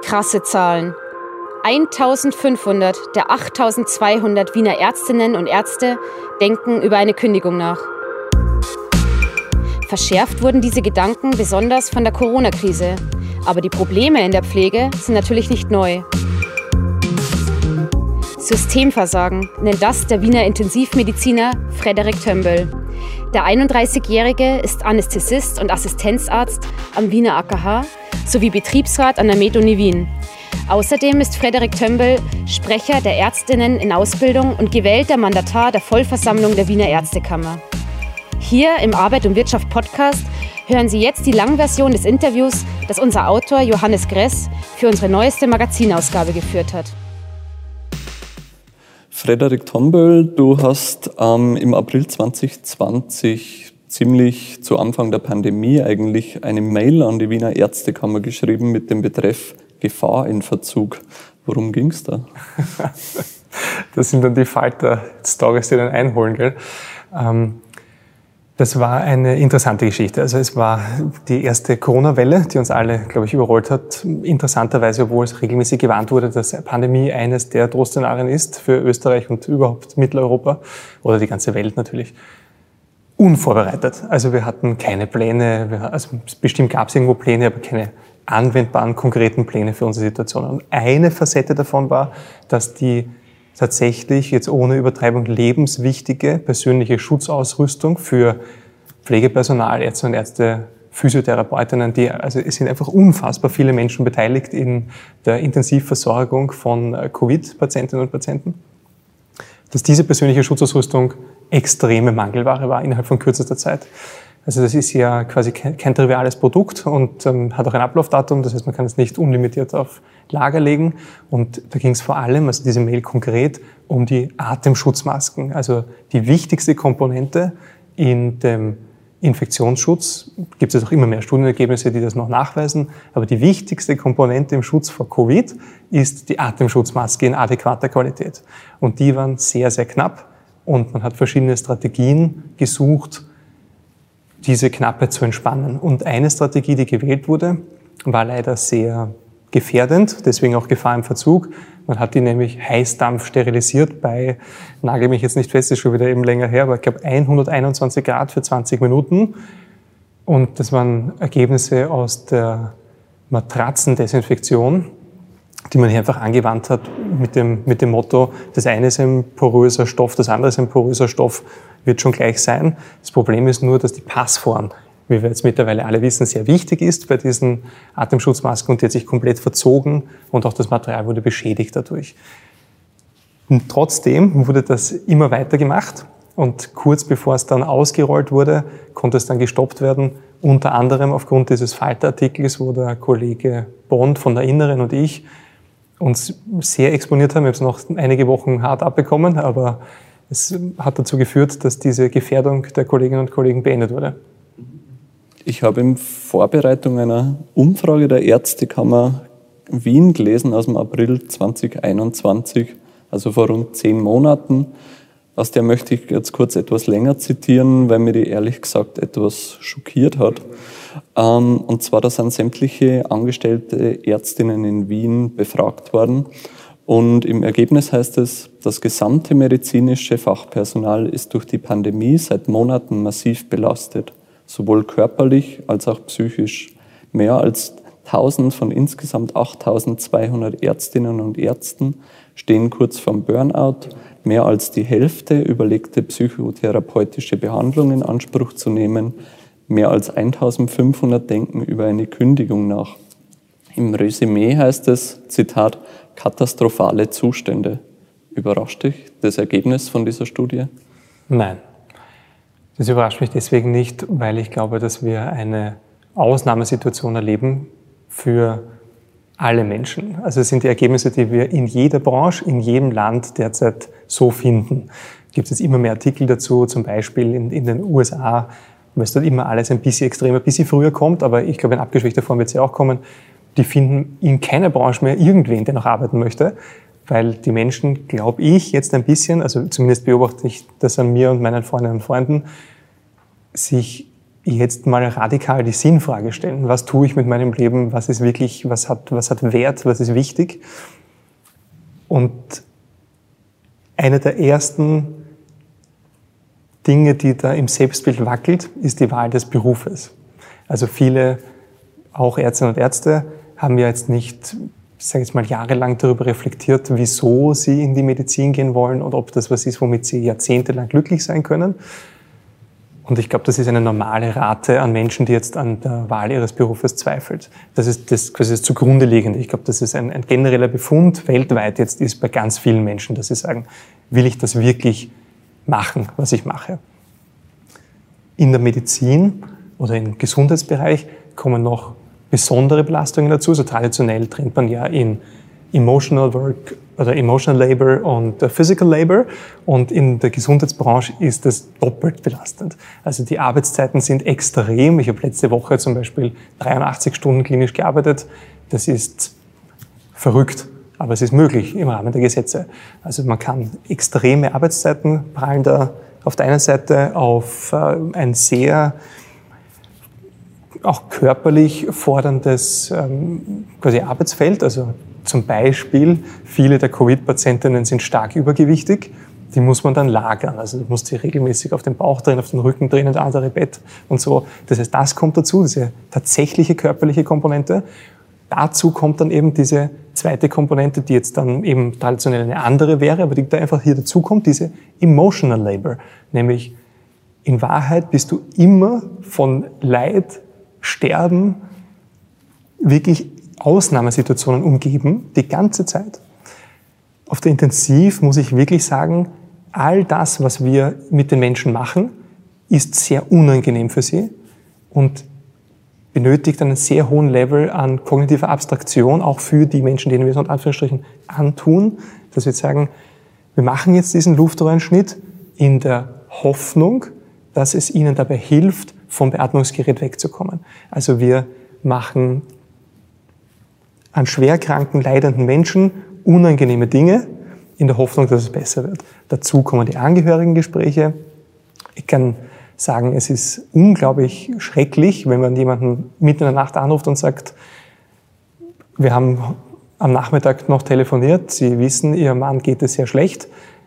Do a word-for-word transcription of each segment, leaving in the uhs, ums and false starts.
Krasse Zahlen. eintausendfünfhundert der achttausendzweihundert Wiener Ärztinnen und Ärzte denken über eine Kündigung nach. Verschärft wurden diese Gedanken besonders von der Corona-Krise. Aber die Probleme in der Pflege sind natürlich nicht neu. Systemversagen nennt das der Wiener Intensivmediziner Frederik Tömbel. Der einunddreißigjährige ist Anästhesist und Assistenzarzt am Wiener A K H sowie Betriebsrat an der Med-Uni Wien. Außerdem ist Frederik Tömbel Sprecher der Ärztinnen in Ausbildung und gewählter Mandatar der Vollversammlung der Wiener Ärztekammer. Hier im Arbeit und Wirtschaft Podcast hören Sie jetzt die Langversion des Interviews, das unser Autor Johannes Gress für unsere neueste Magazinausgabe geführt hat. Frederik Tömbel, du hast ähm, im April zwanzig zwanzig, ziemlich zu Anfang der Pandemie, eigentlich eine Mail an die Wiener Ärztekammer geschrieben mit dem Betreff Gefahr in Verzug. Worum ging es da? Das sind dann die Falter-Stories, die dann einholen, gell? Ähm, das war eine interessante Geschichte. Also es war die erste Corona-Welle, die uns alle, glaube ich, überrollt hat. Interessanterweise, obwohl es regelmäßig gewarnt wurde, dass Pandemie eines der Drohszenarien ist für Österreich und überhaupt Mitteleuropa oder die ganze Welt natürlich. Unvorbereitet. Also wir hatten keine Pläne, wir, also bestimmt gab es irgendwo Pläne, aber keine anwendbaren, konkreten Pläne für unsere Situation. Und eine Facette davon war, dass die tatsächlich jetzt ohne Übertreibung lebenswichtige persönliche Schutzausrüstung für Pflegepersonal, Ärzte und Ärzte, Physiotherapeutinnen, die, also es sind einfach unfassbar viele Menschen beteiligt in der Intensivversorgung von Covid-Patientinnen und Patienten, dass diese persönliche Schutzausrüstung extreme Mangelware war innerhalb von kürzester Zeit. Also das ist ja quasi kein, kein triviales Produkt und ähm, hat auch ein Ablaufdatum, das heißt, man kann es nicht unlimitiert auf Lager legen. Und da ging es vor allem, also diese Mail konkret, um die Atemschutzmasken. Also die wichtigste Komponente in dem Infektionsschutz. Gibt es auch immer mehr Studienergebnisse, die das noch nachweisen. Aber die wichtigste Komponente im Schutz vor Covid ist die Atemschutzmaske in adäquater Qualität. Und die waren sehr, sehr knapp. Und man hat verschiedene Strategien gesucht, diese Knappheit zu entspannen. Und eine Strategie, die gewählt wurde, war leider sehr gefährdend, deswegen auch Gefahr im Verzug. Man hat die nämlich Heißdampf sterilisiert bei, nagel mich jetzt nicht fest, ist schon wieder eben länger her, aber ich glaube hunderteinundzwanzig Grad für zwanzig Minuten. Und das waren Ergebnisse aus der Matratzendesinfektion, die man hier einfach angewandt hat mit dem, mit dem Motto, das eine ist ein poröser Stoff, das andere ist ein poröser Stoff, wird schon gleich sein. Das Problem ist nur, dass die Passform, wie wir jetzt mittlerweile alle wissen, sehr wichtig ist bei diesen Atemschutzmasken und die hat sich komplett verzogen und auch das Material wurde beschädigt dadurch. Und trotzdem wurde das immer weiter gemacht und kurz bevor es dann ausgerollt wurde, konnte es dann gestoppt werden, unter anderem aufgrund dieses Falter-Artikels, wo der Kollege Bond von der Inneren und ich uns sehr exponiert haben. Wir haben es noch einige Wochen hart abbekommen, aber es hat dazu geführt, dass diese Gefährdung der Kolleginnen und Kollegen beendet wurde. Ich habe in Vorbereitung einer Umfrage der Ärztekammer Wien gelesen aus dem April zwanzig einundzwanzig, also vor rund zehn Monaten. Aus der möchte ich jetzt kurz etwas länger zitieren, weil mir die ehrlich gesagt etwas schockiert hat. Und zwar, da sind sämtliche angestellte Ärztinnen in Wien befragt worden. Und im Ergebnis heißt es, das gesamte medizinische Fachpersonal ist durch die Pandemie seit Monaten massiv belastet, sowohl körperlich als auch psychisch. Mehr als tausend von insgesamt achttausendzweihundert Ärztinnen und Ärzten stehen kurz vorm Burnout. Mehr als die Hälfte überlegte psychotherapeutische Behandlung in Anspruch zu nehmen. Mehr als eintausendfünfhundert denken über eine Kündigung nach. Im Resümee heißt es, Zitat, katastrophale Zustände. Überrascht dich das Ergebnis von dieser Studie? Nein. Das überrascht mich deswegen nicht, weil ich glaube, dass wir eine Ausnahmesituation erleben für alle Menschen. Also es sind die Ergebnisse, die wir in jeder Branche, in jedem Land derzeit so finden. Gibt es immer mehr Artikel dazu, zum Beispiel in, in den U S A, weil es dort immer alles ein bisschen extremer, ein bisschen früher kommt, aber ich glaube, in abgeschwächter Form wird es ja auch kommen. Die finden in keiner Branche mehr irgendwen, der noch arbeiten möchte, weil die Menschen, glaube ich, jetzt ein bisschen, also zumindest beobachte ich das an mir und meinen Freundinnen und Freunden, sich jetzt mal radikal die Sinnfrage stellen. Was tue ich mit meinem Leben? Was ist wirklich, was hat, was hat Wert? Was ist wichtig? Und eine der ersten Dinge, die da im Selbstbild wackelt, ist die Wahl des Berufes. Also viele, auch Ärztinnen und Ärzte, haben ja jetzt nicht, ich sage jetzt mal, jahrelang darüber reflektiert, wieso sie in die Medizin gehen wollen und ob das was ist, womit sie jahrzehntelang glücklich sein können. Und ich glaube, das ist eine normale Rate an Menschen, die jetzt an der Wahl ihres Berufes zweifelt. Das ist das, das ist zugrunde liegend. Ich glaube, das ist ein, ein genereller Befund weltweit jetzt ist bei ganz vielen Menschen, dass sie sagen, will ich das wirklich machen, was ich mache? In der Medizin oder im Gesundheitsbereich kommen noch besondere Belastungen dazu. Also traditionell trennt man ja in Emotional Work oder Emotional Labor und Physical Labor. Und in der Gesundheitsbranche ist das doppelt belastend. Also die Arbeitszeiten sind extrem. Ich habe letzte Woche zum Beispiel dreiundachtzig Stunden klinisch gearbeitet. Das ist verrückt, aber es ist möglich im Rahmen der Gesetze. Also man kann extreme Arbeitszeiten prallen da auf der einen Seite auf ein sehr auch körperlich forderndes ähm, quasi Arbeitsfeld. Also zum Beispiel, viele der Covid-Patientinnen sind stark übergewichtig. Die muss man dann lagern. Also du musst sie regelmäßig auf den Bauch drehen, auf den Rücken drehen, ins andere Bett und so. Das heißt, das kommt dazu, diese tatsächliche körperliche Komponente. Dazu kommt dann eben diese zweite Komponente, die jetzt dann eben traditionell eine andere wäre, aber die da einfach hier dazu kommt, diese Emotional Labor. Nämlich in Wahrheit bist du immer von Leid, Sterben, wirklich Ausnahmesituationen umgeben, die ganze Zeit. Auf der Intensiv muss ich wirklich sagen, all das, was wir mit den Menschen machen, ist sehr unangenehm für sie und benötigt einen sehr hohen Level an kognitiver Abstraktion, auch für die Menschen, denen wir es in Anführungsstrichen antun, dass wir sagen, wir machen jetzt diesen Luftröhrenschnitt in der Hoffnung, dass es ihnen dabei hilft, vom Beatmungsgerät wegzukommen. Also wir machen an schwerkranken, leidenden Menschen unangenehme Dinge in der Hoffnung, dass es besser wird. Dazu kommen die Angehörigengespräche. Ich kann sagen, es ist unglaublich schrecklich, wenn man jemanden mitten in der Nacht anruft und sagt, wir haben am Nachmittag noch telefoniert, Sie wissen, Ihrem Mann geht es sehr schlecht,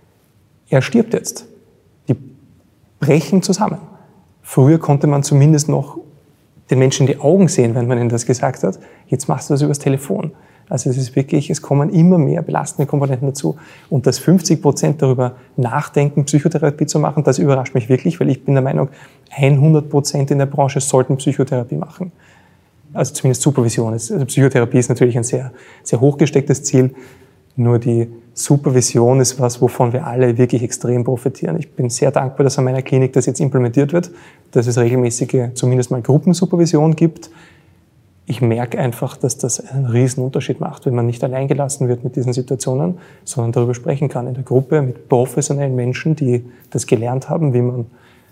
er stirbt jetzt. Die brechen zusammen. Früher konnte man zumindest noch den Menschen in die Augen sehen, wenn man ihnen das gesagt hat. Jetzt machst du das übers Telefon. Also es ist wirklich, es kommen immer mehr belastende Komponenten dazu. Und dass fünfzig Prozent darüber nachdenken, Psychotherapie zu machen, das überrascht mich wirklich, weil ich bin der Meinung, hundert Prozent in der Branche sollten Psychotherapie machen. Also zumindest Supervision. Also Psychotherapie ist natürlich ein sehr, sehr hochgestecktes Ziel. Nur die Supervision ist was, wovon wir alle wirklich extrem profitieren. Ich bin sehr dankbar, dass an meiner Klinik das jetzt implementiert wird, dass es regelmäßige, zumindest mal Gruppensupervision gibt. Ich merke einfach, dass das einen riesen Unterschied macht, wenn man nicht allein gelassen wird mit diesen Situationen, sondern darüber sprechen kann in der Gruppe mit professionellen Menschen, die das gelernt haben, wie man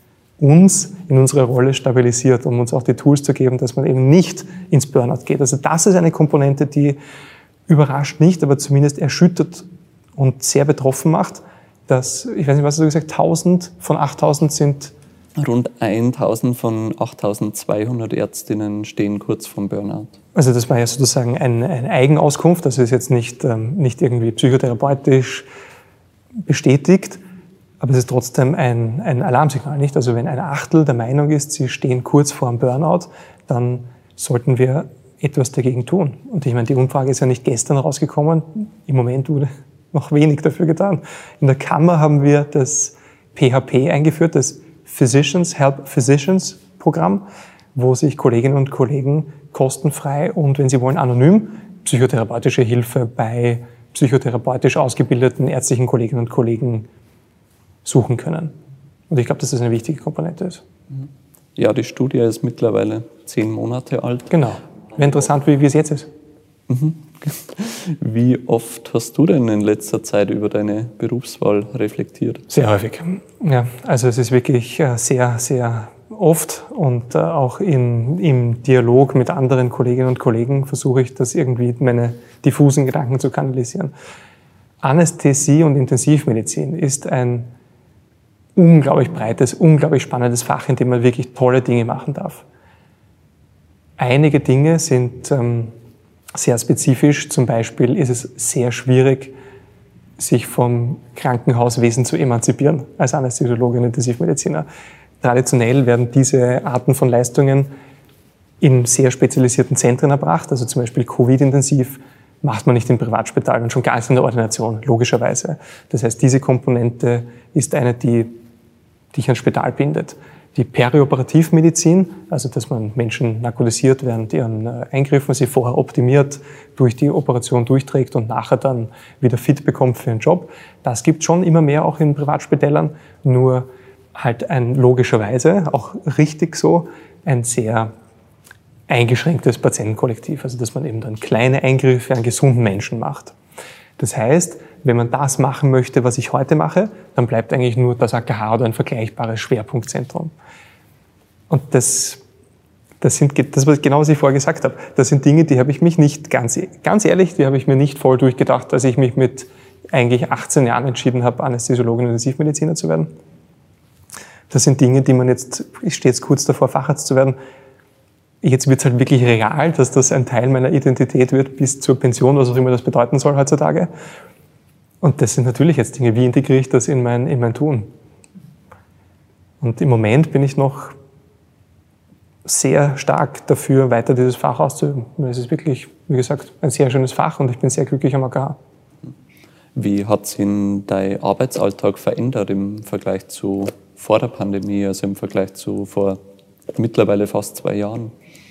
uns in unserer Rolle stabilisiert, um uns auch die Tools zu geben, dass man eben nicht ins Burnout geht. Also das ist eine Komponente, die überrascht nicht, aber zumindest erschüttert und sehr betroffen macht, dass, ich weiß nicht, was hast du gesagt, tausend von achttausend sind... Rund tausend von achttausendzweihundert Ärztinnen stehen kurz vorm Burnout. Also das war ja sozusagen eine, eine Eigenauskunft, das ist jetzt nicht, ähm, nicht irgendwie psychotherapeutisch bestätigt, aber es ist trotzdem ein, ein Alarmsignal, nicht? Also wenn ein Achtel der Meinung ist, sie stehen kurz vorm Burnout, dann sollten wir etwas dagegen tun. Und ich meine, die Umfrage ist ja nicht gestern rausgekommen, im Moment wurde noch wenig dafür getan. In der Kammer haben wir das P H P eingeführt, das Physicians Help Physicians Programm, wo sich Kolleginnen und Kollegen kostenfrei und, wenn sie wollen, anonym psychotherapeutische Hilfe bei psychotherapeutisch ausgebildeten ärztlichen Kolleginnen und Kollegen suchen können. Und ich glaube, dass das eine wichtige Komponente ist. Ja, die Studie ist mittlerweile zehn Monate alt. Genau. Wäre interessant, wie, wie es jetzt ist. Mhm. Wie oft hast du denn in letzter Zeit über deine Berufswahl reflektiert? Sehr häufig. Ja, also es ist wirklich sehr, sehr oft und auch in, im Dialog mit anderen Kolleginnen und Kollegen versuche ich, das irgendwie meine diffusen Gedanken zu kanalisieren. Anästhesie und Intensivmedizin ist ein unglaublich breites, unglaublich spannendes Fach, in dem man wirklich tolle Dinge machen darf. Einige Dinge sind ähm, sehr spezifisch. Zum Beispiel ist es sehr schwierig, sich vom Krankenhauswesen zu emanzipieren als Anästhesiologe und Intensivmediziner. Traditionell werden diese Arten von Leistungen in sehr spezialisierten Zentren erbracht, also zum Beispiel Covid-intensiv macht man nicht in Privatspitalen und schon gar nicht in der Ordination, logischerweise. Das heißt, diese Komponente ist eine, die dich ans Spital bindet. Die Perioperativmedizin, also dass man Menschen narkotisiert während ihren Eingriffen, sie vorher optimiert, durch die Operation durchträgt und nachher dann wieder fit bekommt für den Job, das gibt schon immer mehr auch in Privatspitälern, nur halt ein logischerweise, auch richtig so, ein sehr eingeschränktes Patientenkollektiv, also dass man eben dann kleine Eingriffe an gesunden Menschen macht. Das heißt, wenn man das machen möchte, was ich heute mache, dann bleibt eigentlich nur das A K H oder ein vergleichbares Schwerpunktzentrum. Und das, das sind, das was genau was ich vorher gesagt habe, das sind Dinge, die habe ich mich nicht, ganz, ganz ehrlich, die habe ich mir nicht voll durchgedacht, als ich mich mit eigentlich achtzehn Jahren entschieden habe, Anästhesiologe und Intensivmediziner zu werden. Das sind Dinge, die man jetzt, ich stehe jetzt kurz davor, Facharzt zu werden. Jetzt wird es halt wirklich real, dass das ein Teil meiner Identität wird bis zur Pension, was auch immer das bedeuten soll heutzutage. Und das sind natürlich jetzt Dinge, wie integriere ich das in mein, in mein Tun? Und im Moment bin ich noch sehr stark dafür, weiter dieses Fach auszuüben. Es ist wirklich, wie gesagt, ein sehr schönes Fach und ich bin sehr glücklich am A K H. Wie hat sich dein Arbeitsalltag verändert im Vergleich zu vor der Pandemie, also im Vergleich zu vor mittlerweile fast zwei Jahren?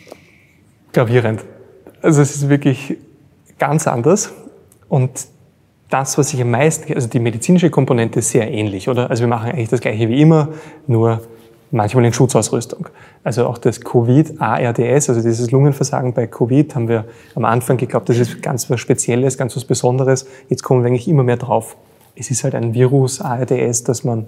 Gravierend. Also es ist wirklich ganz anders und das, was ich am meisten, also die medizinische Komponente ist sehr ähnlich, oder? Also wir machen eigentlich das Gleiche wie immer, nur manchmal in Schutzausrüstung. Also auch das Covid-A R D S, also dieses Lungenversagen bei Covid, haben wir am Anfang geglaubt, das ist ganz was Spezielles, ganz was Besonderes. Jetzt kommen wir eigentlich immer mehr drauf. Es ist halt ein Virus, A R D S, das man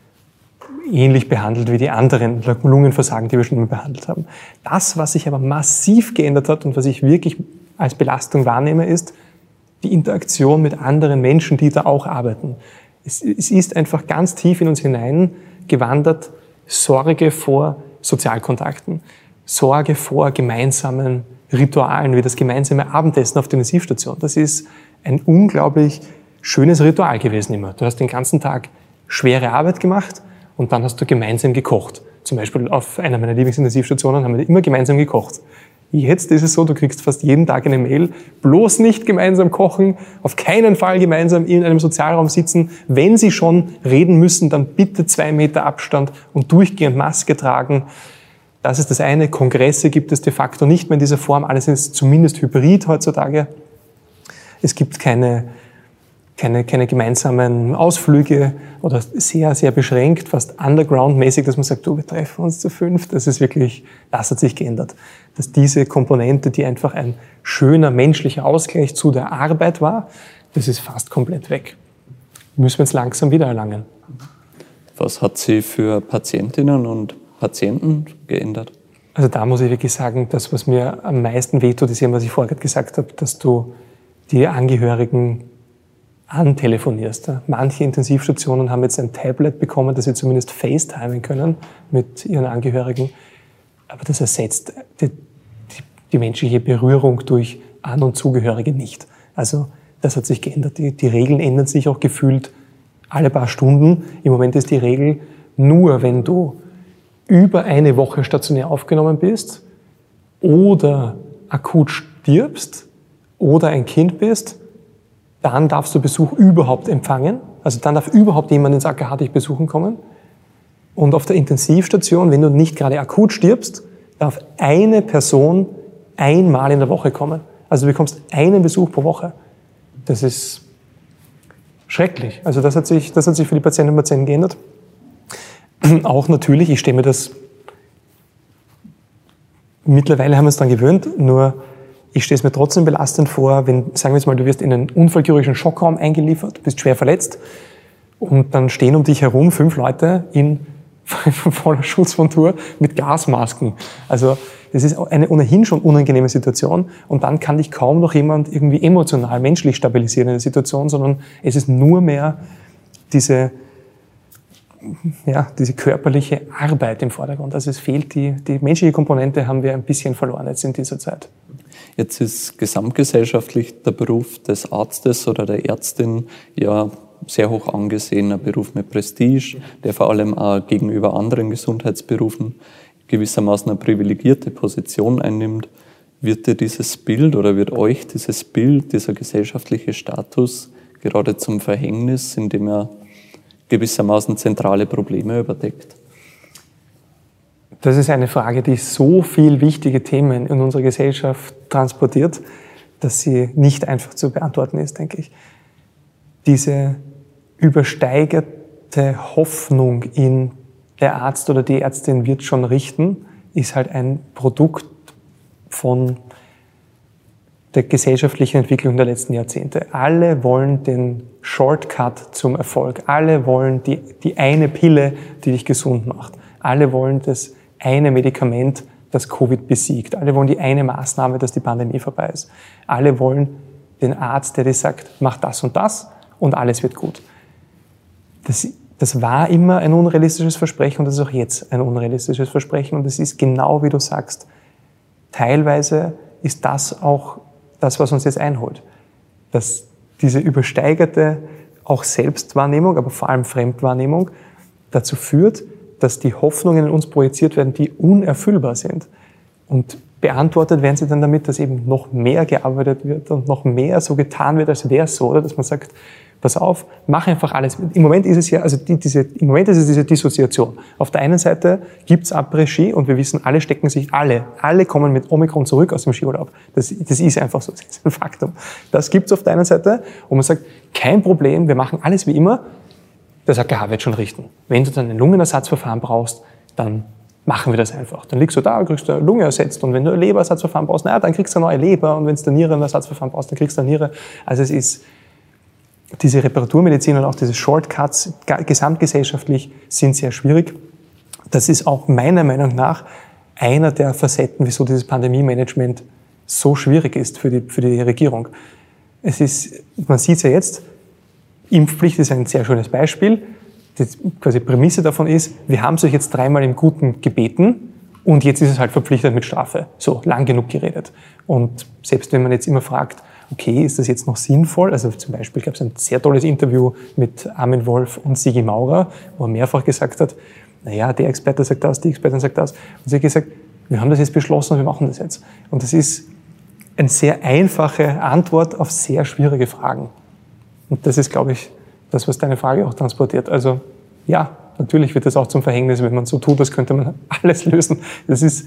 ähnlich behandelt wie die anderen Lungenversagen, die wir schon immer behandelt haben. Das, was sich aber massiv geändert hat und was ich wirklich als Belastung wahrnehme, ist die Interaktion mit anderen Menschen, die da auch arbeiten. Es, es ist einfach ganz tief in uns hineingewandert, Sorge vor Sozialkontakten, Sorge vor gemeinsamen Ritualen, wie das gemeinsame Abendessen auf der Intensivstation. Das ist ein unglaublich schönes Ritual gewesen immer. Du hast den ganzen Tag schwere Arbeit gemacht und dann hast du gemeinsam gekocht. Zum Beispiel auf einer meiner Lieblingsintensivstationen haben wir immer gemeinsam gekocht. Jetzt ist es so, du kriegst fast jeden Tag eine Mail, bloß nicht gemeinsam kochen, auf keinen Fall gemeinsam in einem Sozialraum sitzen. Wenn Sie schon reden müssen, dann bitte zwei Meter Abstand und durchgehend Maske tragen. Das ist das eine. Kongresse gibt es de facto nicht mehr in dieser Form. Alles ist zumindest hybrid heutzutage. Es gibt keine, keine, keine gemeinsamen Ausflüge oder sehr, sehr beschränkt, fast underground-mäßig, dass man sagt, du, wir treffen uns zu fünf. Das ist wirklich, das hat sich geändert. Dass diese Komponente, die einfach ein schöner menschlicher Ausgleich zu der Arbeit war, das ist fast komplett weg. Müssen wir jetzt langsam wieder erlangen. Was hat sich für Patientinnen und Patienten geändert? Also da muss ich wirklich sagen, das, was mir am meisten wehtut, ist eben, was ich vorher gesagt habe, dass du die Angehörigen antelefonierst. Manche Intensivstationen haben jetzt ein Tablet bekommen, dass sie zumindest FaceTimen können mit ihren Angehörigen. Aber das ersetzt die, die, die menschliche Berührung durch An- und Zugehörige nicht. Also das hat sich geändert. Die, die Regeln ändern sich auch gefühlt alle paar Stunden. Im Moment ist die Regel, nur wenn du über eine Woche stationär aufgenommen bist oder akut stirbst oder ein Kind bist, dann darfst du Besuch überhaupt empfangen. Also dann darf überhaupt jemand ins A K H dich besuchen kommen. Und auf der Intensivstation, wenn du nicht gerade akut stirbst, darf eine Person einmal in der Woche kommen. Also du bekommst einen Besuch pro Woche. Das ist schrecklich. Also das hat sich, das hat sich für die Patientinnen und Patienten geändert. Auch natürlich, ich stelle mir das, mittlerweile haben wir uns daran gewöhnt, nur ich stelle es mir trotzdem belastend vor, wenn, sagen wir jetzt mal, du wirst in einen unfallchirurgischen Schockraum eingeliefert, bist schwer verletzt und dann stehen um dich herum fünf Leute in voller Schutzmontur mit Gasmasken. Also das ist eine ohnehin schon unangenehme Situation und dann kann dich kaum noch jemand irgendwie emotional, menschlich stabilisieren in der Situation, sondern es ist nur mehr diese ja, diese körperliche Arbeit im Vordergrund. Also es fehlt die, die menschliche Komponente, haben wir ein bisschen verloren jetzt in dieser Zeit. Jetzt ist gesamtgesellschaftlich der Beruf des Arztes oder der Ärztin ja sehr hoch angesehen, ein Beruf mit Prestige, der vor allem auch gegenüber anderen Gesundheitsberufen gewissermaßen eine privilegierte Position einnimmt. Wird dir dieses Bild oder wird euch dieses Bild, dieser gesellschaftliche Status gerade zum Verhängnis, indem er gewissermaßen zentrale Probleme überdeckt? Das ist eine Frage, die so viele wichtige Themen in unserer Gesellschaft transportiert, dass sie nicht einfach zu beantworten ist, denke ich. Diese übersteigerte Hoffnung in der Arzt oder die Ärztin wird schon richten, ist halt ein Produkt von der gesellschaftlichen Entwicklung der letzten Jahrzehnte. Alle wollen den Shortcut zum Erfolg. Alle wollen die, die eine Pille, die dich gesund macht. Alle wollen das eine Medikament, das Covid besiegt. Alle wollen die eine Maßnahme, dass die Pandemie vorbei ist. Alle wollen den Arzt, der dir sagt, mach das und das und alles wird gut. Das, das war immer ein unrealistisches Versprechen und das ist auch jetzt ein unrealistisches Versprechen und es ist genau wie du sagst. Teilweise ist das auch das, was uns jetzt einholt. Dass diese übersteigerte auch Selbstwahrnehmung, aber vor allem Fremdwahrnehmung dazu führt, dass die Hoffnungen in uns projiziert werden, die unerfüllbar sind. Und beantwortet werden sie dann damit, dass eben noch mehr gearbeitet wird und noch mehr so getan wird, als wäre es so, oder dass man sagt, pass auf, mach einfach alles. Im Moment ist es ja, also die, diese, im Moment ist es diese Dissoziation. Auf der einen Seite gibt's Après-Ski und wir wissen, alle stecken sich, alle, alle kommen mit Omikron zurück aus dem Skiurlaub. Das, das ist einfach so, das ist ein Faktum. Das gibt's auf der einen Seite, wo man sagt, kein Problem, wir machen alles wie immer. Das A K H wird schon richten. Wenn du dann ein Lungenersatzverfahren brauchst, dann machen wir das einfach. Dann liegst du da, kriegst du eine Lunge ersetzt und wenn du ein Leberersatzverfahren brauchst, naja, dann kriegst du eine neue Leber und wenn du eine Nierenersatzverfahren brauchst, dann kriegst du eine Niere. Also es ist, diese Reparaturmedizin und auch diese Shortcuts gesamtgesellschaftlich sind sehr schwierig. Das ist auch meiner Meinung nach einer der Facetten, wieso dieses Pandemie-Management so schwierig ist für die, für die Regierung. Es ist, man sieht es ja jetzt, Impfpflicht ist ein sehr schönes Beispiel. Die quasi Prämisse davon ist, wir haben es euch jetzt dreimal im Guten gebeten und jetzt ist es halt verpflichtet mit Strafe. So, lang genug geredet. Und selbst wenn man jetzt immer fragt, okay, ist das jetzt noch sinnvoll? Also zum Beispiel gab es ein sehr tolles Interview mit Armin Wolf und Sigi Maurer, wo er mehrfach gesagt hat, naja, der Experte sagt das, die Expertin sagt das. Und sie hat gesagt, wir haben das jetzt beschlossen und wir machen das jetzt. Und das ist eine sehr einfache Antwort auf sehr schwierige Fragen. Und das ist, glaube ich, das, was deine Frage auch transportiert. Also ja, natürlich wird das auch zum Verhängnis, wenn man so tut, als könnte man alles lösen. Das ist,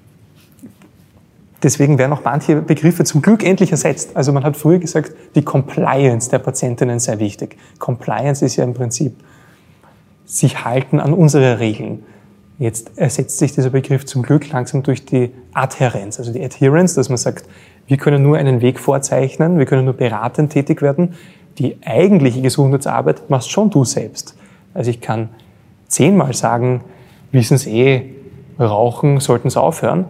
deswegen werden auch manche Begriffe zum Glück endlich ersetzt. Also man hat früher gesagt, die Compliance der Patientinnen sei wichtig. Compliance ist ja im Prinzip sich halten an unsere Regeln. Jetzt ersetzt sich dieser Begriff zum Glück langsam durch die Adhärenz, also die Adherence, dass man sagt, wir können nur einen Weg vorzeichnen, wir können nur beratend tätig werden. Die eigentliche Gesundheitsarbeit machst schon du selbst. Also ich kann zehnmal sagen, wissen Sie eh, rauchen sollten Sie aufhören.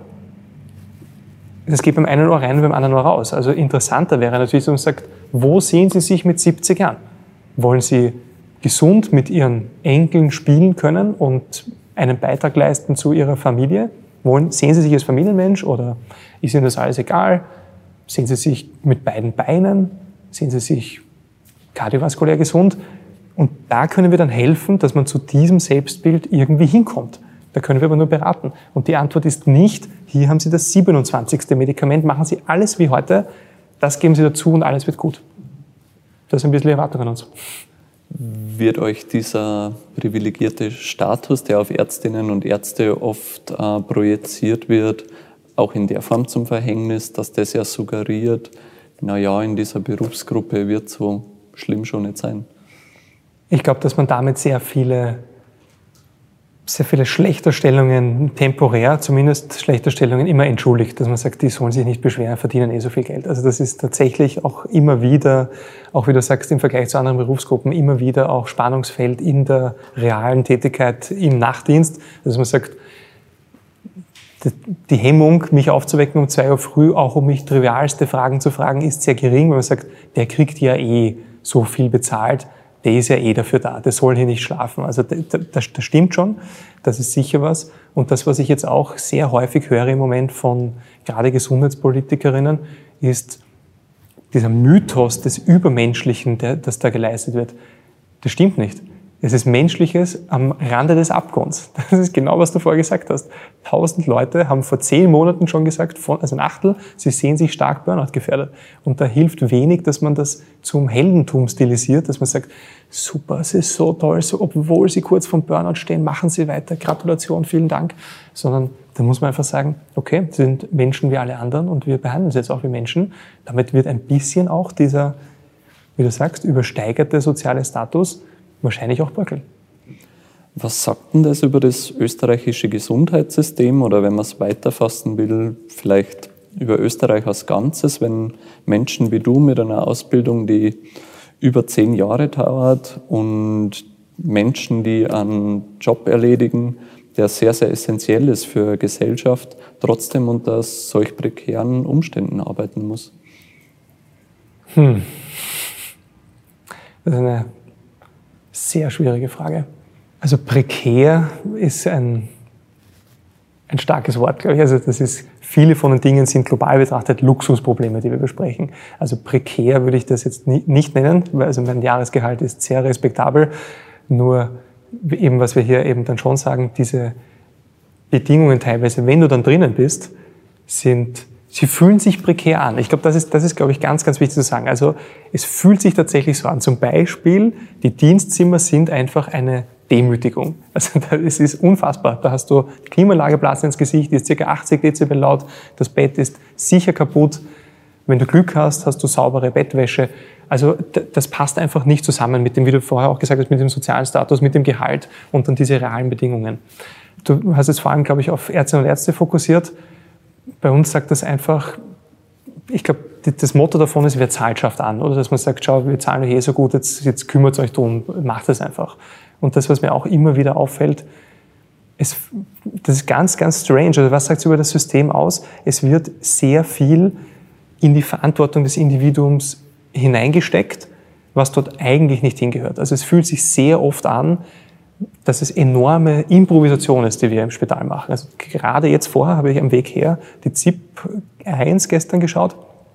Das geht beim einen Ohr rein und beim anderen Ohr raus. Also interessanter wäre natürlich, dass man sagt, wo sehen Sie sich mit siebzig Jahren? Wollen Sie gesund mit Ihren Enkeln spielen können und einen Beitrag leisten zu Ihrer Familie? Wollen, sehen Sie sich als Familienmensch oder ist Ihnen das alles egal? Sehen Sie sich mit beiden Beinen? Sehen Sie sich kardiovaskulär gesund? Und da können wir dann helfen, dass man zu diesem Selbstbild irgendwie hinkommt. Da können wir aber nur beraten. Und die Antwort ist nicht, hier haben Sie das siebenundzwanzigste Medikament, machen Sie alles wie heute, das geben Sie dazu und alles wird gut. Das ist ein bisschen die Erwartung an uns. Wird euch dieser privilegierte Status, der auf Ärztinnen und Ärzte oft äh, projiziert wird, auch in der Form zum Verhängnis, dass das ja suggeriert, naja, in dieser Berufsgruppe wird so schlimm schon nicht sein? Ich glaube, dass man damit sehr viele, sehr viele Schlechterstellungen temporär, zumindest Schlechterstellungen immer entschuldigt, dass man sagt, die sollen sich nicht beschweren, verdienen eh so viel Geld. Also das ist tatsächlich auch immer wieder, auch wie du sagst, im Vergleich zu anderen Berufsgruppen, immer wieder auch Spannungsfeld in der realen Tätigkeit im Nachtdienst, dass man sagt, die Hemmung, mich aufzuwecken um zwei Uhr früh, auch um mich trivialste Fragen zu fragen, ist sehr gering, weil man sagt, der kriegt ja eh so viel bezahlt, der ist ja eh dafür da, der soll hier nicht schlafen. Also das, das, das stimmt schon, das ist sicher was. Und das, was ich jetzt auch sehr häufig höre im Moment von gerade Gesundheitspolitikerinnen, ist dieser Mythos des Übermenschlichen, der, das da geleistet wird. Das stimmt nicht. Es ist Menschliches am Rande des Abgrunds. Das ist genau, was du vorher gesagt hast. Tausend Leute haben vor zehn Monaten schon gesagt, von, also ein Achtel, sie sehen sich stark Burnout gefährdet. Und da hilft wenig, dass man das zum Heldentum stilisiert, dass man sagt, super, es ist so toll, so, obwohl sie kurz vom Burnout stehen, machen sie weiter, Gratulation, vielen Dank. Sondern da muss man einfach sagen, okay, sie sind Menschen wie alle anderen und wir behandeln sie jetzt auch wie Menschen. Damit wird ein bisschen auch dieser, wie du sagst, übersteigerte soziale Status wahrscheinlich auch bröckeln. Was sagt denn das über das österreichische Gesundheitssystem oder wenn man es weiterfassen will, vielleicht über Österreich als Ganzes, wenn Menschen wie du mit einer Ausbildung, die über zehn Jahre dauert und Menschen, die einen Job erledigen, der sehr, sehr essentiell ist für Gesellschaft, trotzdem unter solch prekären Umständen arbeiten muss? Hm. Das ist eine sehr schwierige Frage. Also prekär ist ein, ein starkes Wort, glaube ich. Also das ist, viele von den Dingen sind global betrachtet Luxusprobleme, die wir besprechen. Also prekär würde ich das jetzt nie, nicht nennen, weil also mein Jahresgehalt ist sehr respektabel. Nur eben, was wir hier eben dann schon sagen, diese Bedingungen teilweise, wenn du dann drinnen bist, sind Sie fühlen sich prekär an. Ich glaube, das ist, das ist, glaube ich, ganz, ganz wichtig zu sagen. Also, es fühlt sich tatsächlich so an. Zum Beispiel, die Dienstzimmer sind einfach eine Demütigung. Also, es ist unfassbar. Da hast du Klimaanlage Platz ins Gesicht, die ist ca. achtzig Dezibel laut. Das Bett ist sicher kaputt. Wenn du Glück hast, hast du saubere Bettwäsche. Also, das passt einfach nicht zusammen mit dem, wie du vorher auch gesagt hast, mit dem sozialen Status, mit dem Gehalt und dann diese realen Bedingungen. Du hast jetzt vor allem, glaube ich, auf Ärztinnen und Ärzte fokussiert. Bei uns sagt das einfach, ich glaube, das Motto davon ist, wer zahlt, schafft an. Oder dass man sagt, schau, wir zahlen euch eh so gut, jetzt, jetzt kümmert euch drum, macht das einfach. Und das, was mir auch immer wieder auffällt, es, das ist ganz, ganz strange. Also was sagt es über das System aus? Es wird sehr viel in die Verantwortung des Individuums hineingesteckt, was dort eigentlich nicht hingehört. Also es fühlt sich sehr oft an, dass es enorme Improvisation ist, die wir im Spital machen. Also gerade jetzt vorher habe ich am Weg her die Z I P eins gestern geschaut.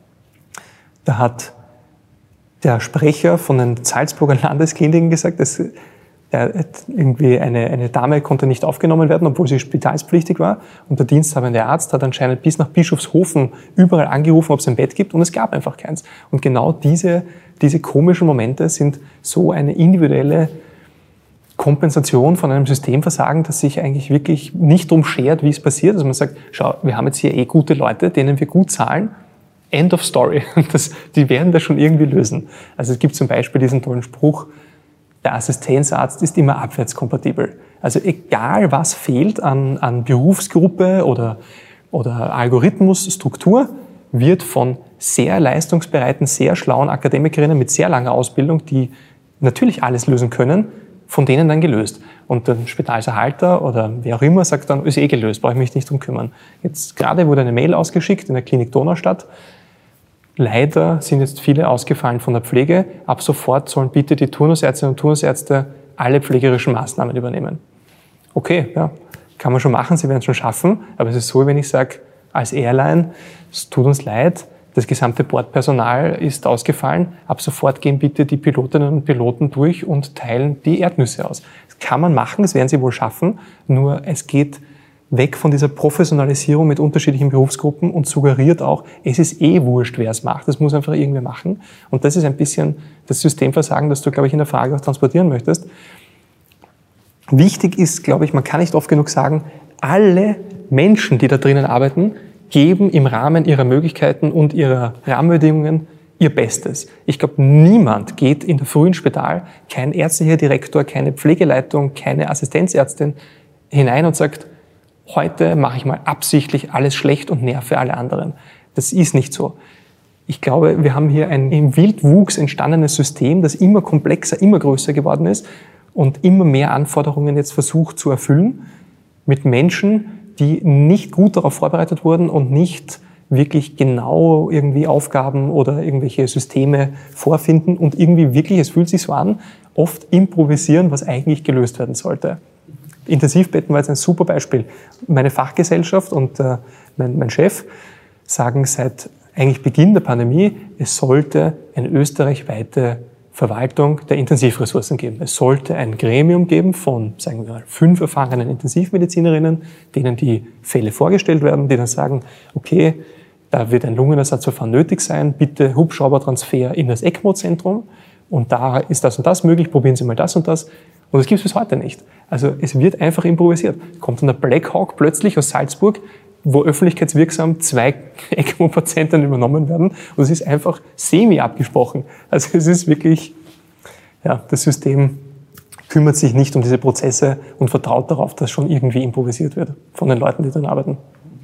Da hat der Sprecher von den Salzburger Landeskliniken gesagt, dass irgendwie eine, eine Dame konnte nicht aufgenommen werden, obwohl sie spitalspflichtig war. Und der diensthabende Arzt hat anscheinend bis nach Bischofshofen überall angerufen, ob es ein Bett gibt, und es gab einfach keins. Und genau diese, diese komischen Momente sind so eine individuelle Kompensation von einem Systemversagen, das sich eigentlich wirklich nicht drum schert, wie es passiert. Also man sagt, schau, wir haben jetzt hier eh gute Leute, denen wir gut zahlen. End of story. Das, die werden das schon irgendwie lösen. Also es gibt zum Beispiel diesen tollen Spruch, der Assistenzarzt ist immer abwärtskompatibel. Also egal was fehlt an, an Berufsgruppe oder, oder Algorithmusstruktur, wird von sehr leistungsbereiten, sehr schlauen Akademikerinnen mit sehr langer Ausbildung, die natürlich alles lösen können, von denen dann gelöst. Und der Spitalserhalter oder wer auch immer sagt dann, ist eh gelöst, brauche ich mich nicht drum kümmern. Jetzt gerade wurde eine Mail ausgeschickt in der Klinik Donaustadt. Leider sind jetzt viele ausgefallen von der Pflege. Ab sofort sollen bitte die Turnusärztinnen und Turnusärzte alle pflegerischen Maßnahmen übernehmen. Okay, ja, kann man schon machen, sie werden es schon schaffen. Aber es ist so, wenn ich sage, als Airline, es tut uns leid, das gesamte Bordpersonal ist ausgefallen. Ab sofort gehen bitte die Pilotinnen und Piloten durch und teilen die Erdnüsse aus. Das kann man machen, das werden sie wohl schaffen. Nur es geht weg von dieser Professionalisierung mit unterschiedlichen Berufsgruppen und suggeriert auch, es ist eh wurscht, wer es macht. Das muss einfach irgendwer machen. Und das ist ein bisschen das Systemversagen, das du, glaube ich, in der Frage auch transportieren möchtest. Wichtig ist, glaube ich, man kann nicht oft genug sagen, alle Menschen, die da drinnen arbeiten, geben im Rahmen ihrer Möglichkeiten und ihrer Rahmenbedingungen ihr Bestes. Ich glaube, niemand geht in der Früh ins Spital, kein ärztlicher Direktor, keine Pflegeleitung, keine Assistenzärztin hinein und sagt, heute mache ich mal absichtlich alles schlecht und nerve alle anderen. Das ist nicht so. Ich glaube, wir haben hier ein im Wildwuchs entstandenes System, das immer komplexer, immer größer geworden ist und immer mehr Anforderungen jetzt versucht zu erfüllen mit Menschen, die nicht gut darauf vorbereitet wurden und nicht wirklich genau irgendwie Aufgaben oder irgendwelche Systeme vorfinden und irgendwie wirklich, es fühlt sich so an, oft improvisieren, was eigentlich gelöst werden sollte. Intensivbetten war jetzt ein super Beispiel. Meine Fachgesellschaft und äh, mein, mein Chef sagen seit eigentlich Beginn der Pandemie, es sollte eine österreichweite Verwaltung der Intensivressourcen geben. Es sollte ein Gremium geben von, sagen wir mal, fünf erfahrenen Intensivmedizinerinnen, denen die Fälle vorgestellt werden, die dann sagen, okay, da wird ein Lungenersatzverfahren nötig sein, bitte Hubschraubertransfer in das ECMO-Zentrum und da ist das und das möglich, probieren Sie mal das und das. Und das gibt es bis heute nicht. Also es wird einfach improvisiert. Kommt dann der Black Hawk plötzlich aus Salzburg, wo öffentlichkeitswirksam zwei ECMO-Patienten übernommen werden. Und es ist einfach semi-abgesprochen. Also es ist wirklich, ja, das System kümmert sich nicht um diese Prozesse und vertraut darauf, dass schon irgendwie improvisiert wird von den Leuten, die daran arbeiten.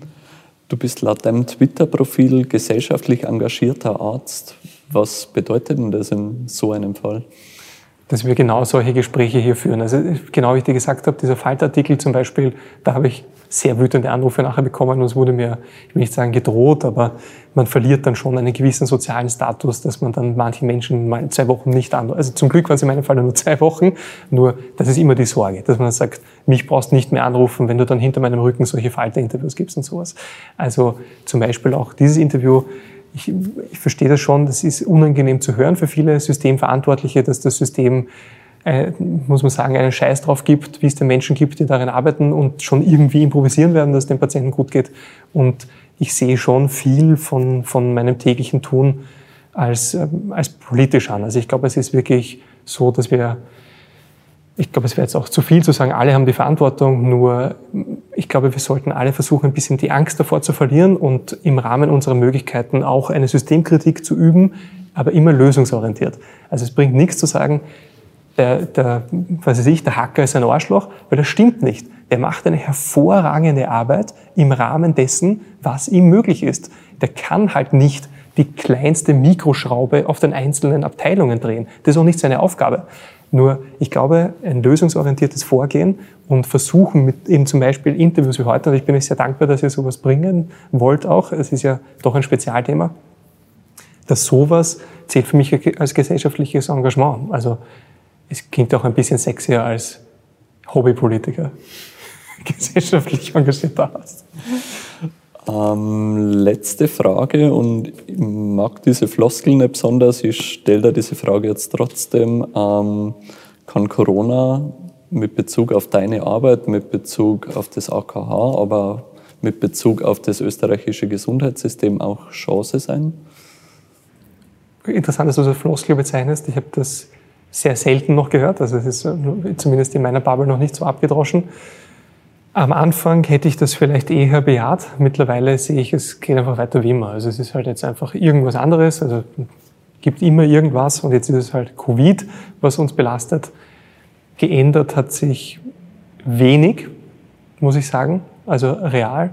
Du bist laut deinem Twitter-Profil gesellschaftlich engagierter Arzt. Was bedeutet denn das in so einem Fall? Dass wir genau solche Gespräche hier führen. Also genau wie ich dir gesagt habe, dieser Falterartikel zum Beispiel, da habe ich sehr wütende Anrufe nachher bekommen und es wurde mir, ich will nicht sagen gedroht, aber man verliert dann schon einen gewissen sozialen Status, dass man dann manchen Menschen mal zwei Wochen nicht anruft. Also zum Glück waren es in meinem Fall nur zwei Wochen, nur das ist immer die Sorge, dass man dann sagt, mich brauchst nicht mehr anrufen, wenn du dann hinter meinem Rücken solche Falterinterviews gibst und sowas. Also zum Beispiel auch dieses Interview, Ich, ich verstehe das schon, das ist unangenehm zu hören für viele Systemverantwortliche, dass das System, äh, muss man sagen, einen Scheiß drauf gibt, wie es den Menschen gibt, die darin arbeiten und schon irgendwie improvisieren werden, dass es den Patienten gut geht. Und ich sehe schon viel von, von meinem täglichen Tun als, äh, als politisch an. Also ich glaube, es ist wirklich so, dass wir, ich glaube, es wäre jetzt auch zu viel zu sagen, alle haben die Verantwortung, nur ich glaube, wir sollten alle versuchen, ein bisschen die Angst davor zu verlieren und im Rahmen unserer Möglichkeiten auch eine Systemkritik zu üben, aber immer lösungsorientiert. Also es bringt nichts zu sagen, der, der, was weiß ich, der Hacker ist ein Arschloch, weil das stimmt nicht. Der macht eine hervorragende Arbeit im Rahmen dessen, was ihm möglich ist. Der kann halt nicht die kleinste Mikroschraube auf den einzelnen Abteilungen drehen. Das ist auch nicht seine Aufgabe. Nur, ich glaube, ein lösungsorientiertes Vorgehen und versuchen mit eben zum Beispiel Interviews wie heute, und ich bin euch sehr dankbar, dass ihr sowas bringen wollt auch, es ist ja doch ein Spezialthema, dass sowas zählt für mich als gesellschaftliches Engagement. Also, es klingt auch ein bisschen sexier als Hobbypolitiker. Gesellschaftlich engagierter Arzt. Ähm, letzte Frage, und ich mag diese Floskel nicht besonders, ich stelle dir diese Frage jetzt trotzdem. Ähm, kann Corona mit Bezug auf deine Arbeit, mit Bezug auf das A K H, aber mit Bezug auf das österreichische Gesundheitssystem auch Chance sein? Interessant, dass du das Floskel bezeichnest. Ich habe das sehr selten noch gehört, also es ist zumindest in meiner Bubble noch nicht so abgedroschen. Am Anfang hätte ich das vielleicht eher bejaht. Mittlerweile sehe ich, es geht einfach weiter wie immer. Also es ist halt jetzt einfach irgendwas anderes. Also es gibt immer irgendwas und jetzt ist es halt Covid, was uns belastet. Geändert hat sich wenig, muss ich sagen. Also real.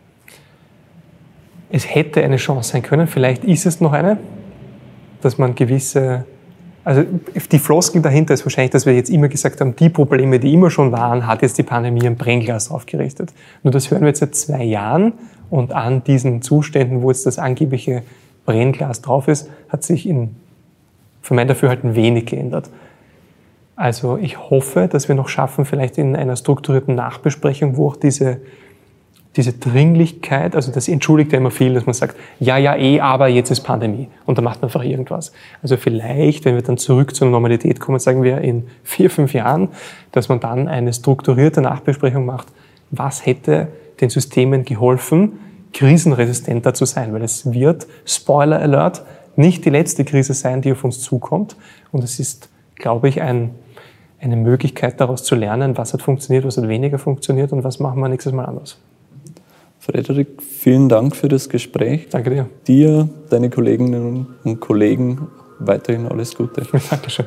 Es hätte eine Chance sein können. Vielleicht ist es noch eine, dass man gewisse... Also die Floskel dahinter ist wahrscheinlich, dass wir jetzt immer gesagt haben, die Probleme, die immer schon waren, hat jetzt die Pandemie ein Brennglas aufgerichtet. Nur das hören wir jetzt seit zwei Jahren und an diesen Zuständen, wo jetzt das angebliche Brennglas drauf ist, hat sich in, für mein Dafürhalten wenig geändert. Also ich hoffe, dass wir noch schaffen, vielleicht in einer strukturierten Nachbesprechung, wo auch diese diese Dringlichkeit, also das entschuldigt ja immer viel, dass man sagt, ja, ja, eh, aber jetzt ist Pandemie und dann macht man einfach irgendwas. Also vielleicht, wenn wir dann zurück zur Normalität kommen, sagen wir in vier, fünf Jahren, dass man dann eine strukturierte Nachbesprechung macht, was hätte den Systemen geholfen, krisenresistenter zu sein, weil es wird, Spoiler Alert, nicht die letzte Krise sein, die auf uns zukommt und es ist, glaube ich, ein, eine Möglichkeit daraus zu lernen, was hat funktioniert, was hat weniger funktioniert und was machen wir nächstes Mal anders. Frederik, vielen Dank für das Gespräch. Danke dir. Dir, deine Kolleginnen und Kollegen, weiterhin alles Gute. Dankeschön.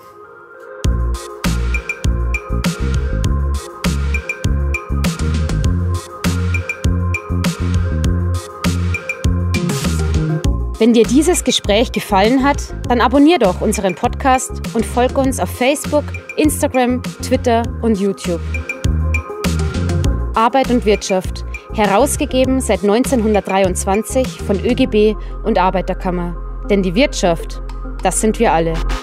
Wenn dir dieses Gespräch gefallen hat, dann abonnier doch unseren Podcast und folg uns auf Facebook, Instagram, Twitter und YouTube. Arbeit und Wirtschaft. Herausgegeben seit neunzehnhundertdreiundzwanzig von ÖGB und Arbeiterkammer. Denn die Wirtschaft, das sind wir alle.